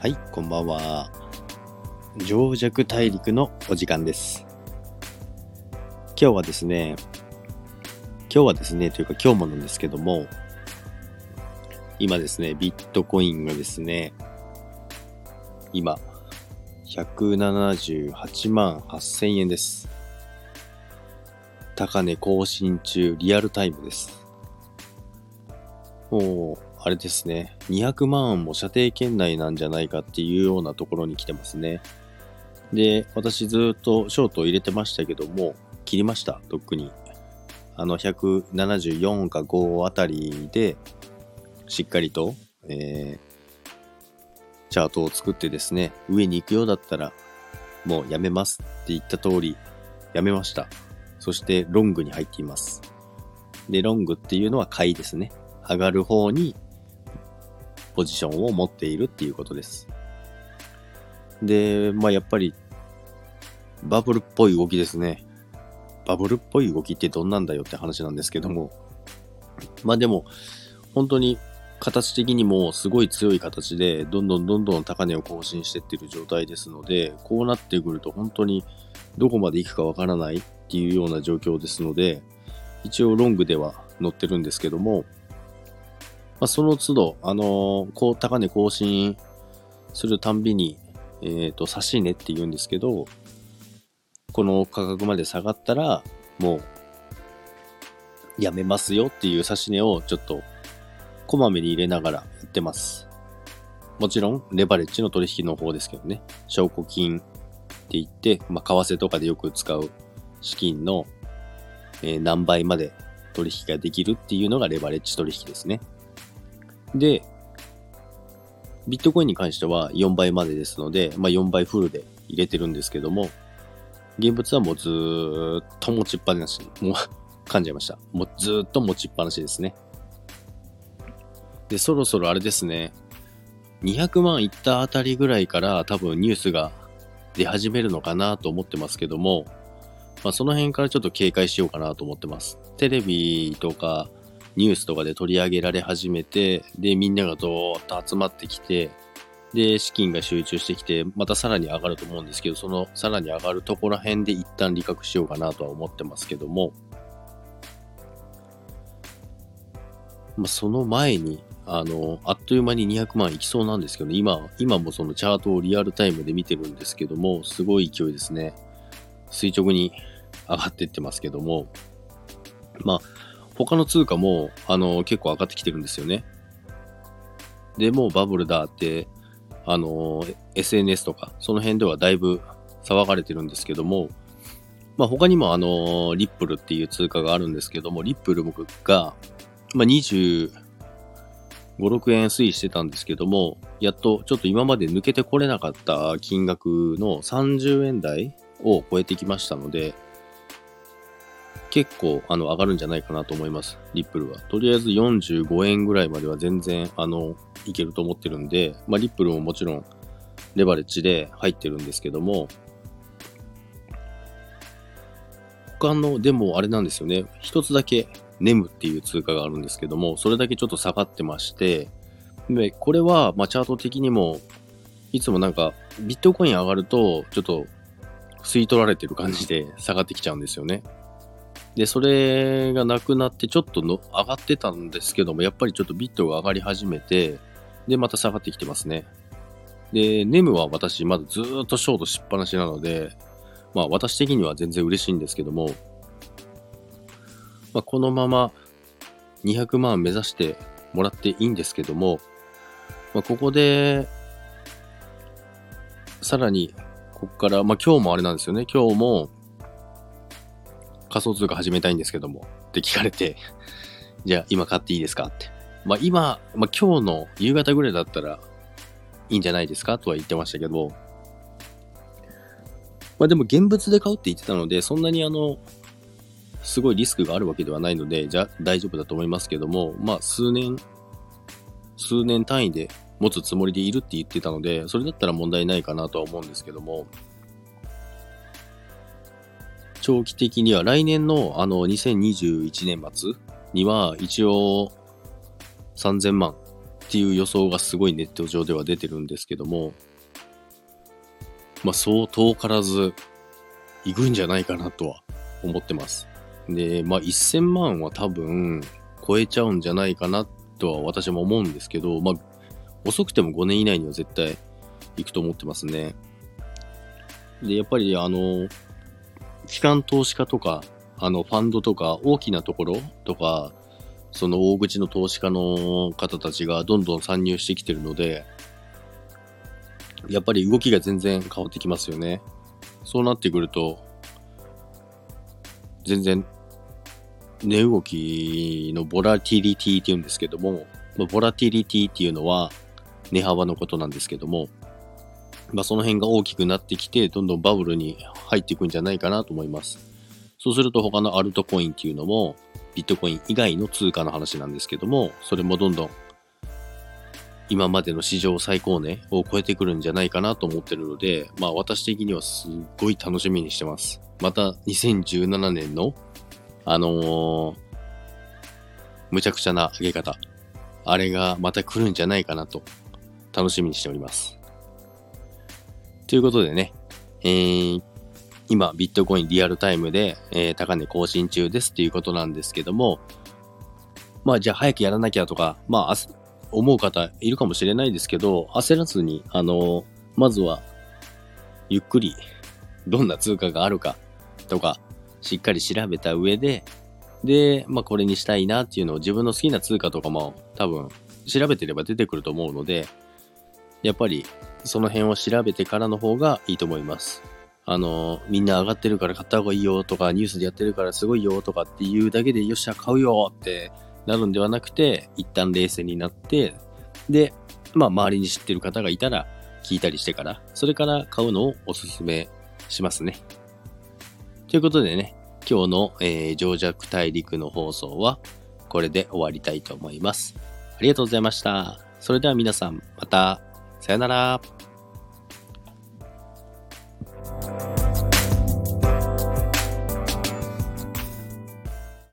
はい、こんばんは。情弱大陸のお時間です。今日はですねというか今日もなんですけども、今ですね、ビットコインがですね、今、178万8000円です。高値更新中、リアルタイムです。もう、あれですね、200万も射程圏内なんじゃないかっていうようなところに来てますね。で、私ずっとショートを入れてましたけども、切りました、とっくに。174か5あたりで、しっかりと、チャートを作ってですね、上に行くようだったら、もうやめますって言った通り、やめました。そして、ロングに入っています。で、ロングっていうのは買いですね。上がる方に、ポジションを持っているっていうことです。で、やっぱり、バブルっぽい動きですね。バブルっぽい動きってどんなんだよって話なんですけども。でも、本当に形的にもすごい強い形で、どんどん高値を更新していってる状態ですので、こうなってくると本当にどこまで行くかわからないっていうような状況ですので、一応ロングでは乗ってるんですけども、その都度、高値更新するたんびに、指値って言うんですけど、この価格まで下がったら、もう、やめますよっていう指値をちょっと、こまめに入れながらやってます。もちろん、レバレッジの取引の方ですけどね。証拠金って言って、為替とかでよく使う資金の、何倍まで取引ができるっていうのがレバレッジ取引ですね。で、ビットコインに関しては4倍までですので、4倍フルで入れてるんですけども、現物はもうずーっと持ちっぱなし。もう噛んじゃいました。もうずーっと持ちっぱなしですね。で、そろそろあれですね。200万いったあたりぐらいから多分ニュースが出始めるのかなと思ってますけども、その辺からちょっと警戒しようかなと思ってます。テレビとかニュースとかで取り上げられ始めて、で、みんながどーっと集まってきて、で、資金が集中してきて、またさらに上がると思うんですけど、そのさらに上がるところら辺で一旦利確しようかなとは思ってますけども、その前に、あっという間に200万いきそうなんですけどね、今もそのチャートをリアルタイムで見てるんですけども、すごい勢いですね。垂直に上がっていってますけども、他の通貨も、結構上がってきてるんですよね。で、もうバブルだって、SNS とか、その辺ではだいぶ騒がれてるんですけども、他にもリップルっていう通貨があるんですけども、リップルが、25、6円推移してたんですけども、やっとちょっと今まで抜けてこれなかった金額の30円台を超えてきましたので、結構上がるんじゃないかなと思います。リップルは。とりあえず45円ぐらいまでは全然いけると思ってるんで、リップルももちろんレバレッジで入ってるんですけども、でもあれなんですよね。一つだけネムっていう通貨があるんですけども、それだけちょっと下がってまして、で、これはチャート的にも、いつもなんかビットコイン上がると、ちょっと吸い取られてる感じで下がってきちゃうんですよね。で、それがなくなってちょっと上がってたんですけども、やっぱりちょっとビットが上がり始めて、で、また下がってきてますね。で、ネムは私まだずーっとショートしっぱなしなので、私的には全然嬉しいんですけども、このまま200万目指してもらっていいんですけども、ここで、さらに、ここから、今日もあれなんですよね。今日も仮想通貨始めたいんですけども、って聞かれて、じゃあ今買っていいですかって。今日の夕方ぐらいだったらいいんじゃないですかとは言ってましたけど、でも現物で買うって言ってたので、そんなにすごいリスクがあるわけではないので、じゃあ大丈夫だと思いますけども、数年単位で持つつもりでいるって言ってたので、それだったら問題ないかなとは思うんですけども、長期的には来年の2021年末には一応3000万っっていう予想がすごいネット上では出てるんですけども、そう遠からず行くんじゃないかなとは思ってます。で、1000万は多分超えちゃうんじゃないかなとは私も思うんですけど、遅くても5年以内には絶対行くと思ってますね。で、やっぱり機関投資家とか、ファンドとか大きなところとか、その大口の投資家の方たちがどんどん参入してきてるので、やっぱり動きが全然変わってきますよね。そうなってくると、全然値動きのボラティリティって言うんですけども、ボラティリティっていうのは値幅のことなんですけども、その辺が大きくなってきて、どんどんバブルに入っていくんじゃないかなと思います。そうすると他のアルトコインっていうのも、ビットコイン以外の通貨の話なんですけども、それもどんどん今までの史上最高値を超えてくるんじゃないかなと思ってるので、私的にはすっごい楽しみにしてます。また2017年のむちゃくちゃな上げ方、あれがまた来るんじゃないかなと楽しみにしております。ということでね、今ビットコインリアルタイムで、高値更新中ですっていうことなんですけども、じゃあ早くやらなきゃとか、思う方いるかもしれないですけど、焦らずに、まずはゆっくりどんな通貨があるかとか、しっかり調べた上で、これにしたいなっていうのを自分の好きな通貨とかも多分調べてれば出てくると思うので、やっぱりその辺を調べてからの方がいいと思います。みんな上がってるから買った方がいいよとか、ニュースでやってるからすごいよとかっていうだけでよっしゃ買うよってなるんではなくて、一旦冷静になって、で、周りに知ってる方がいたら聞いたりしてから、それから買うのをおすすめしますね。ということでね、今日の、情弱大陸の放送はこれで終わりたいと思います。ありがとうございました。それでは皆さん、また、さよなら。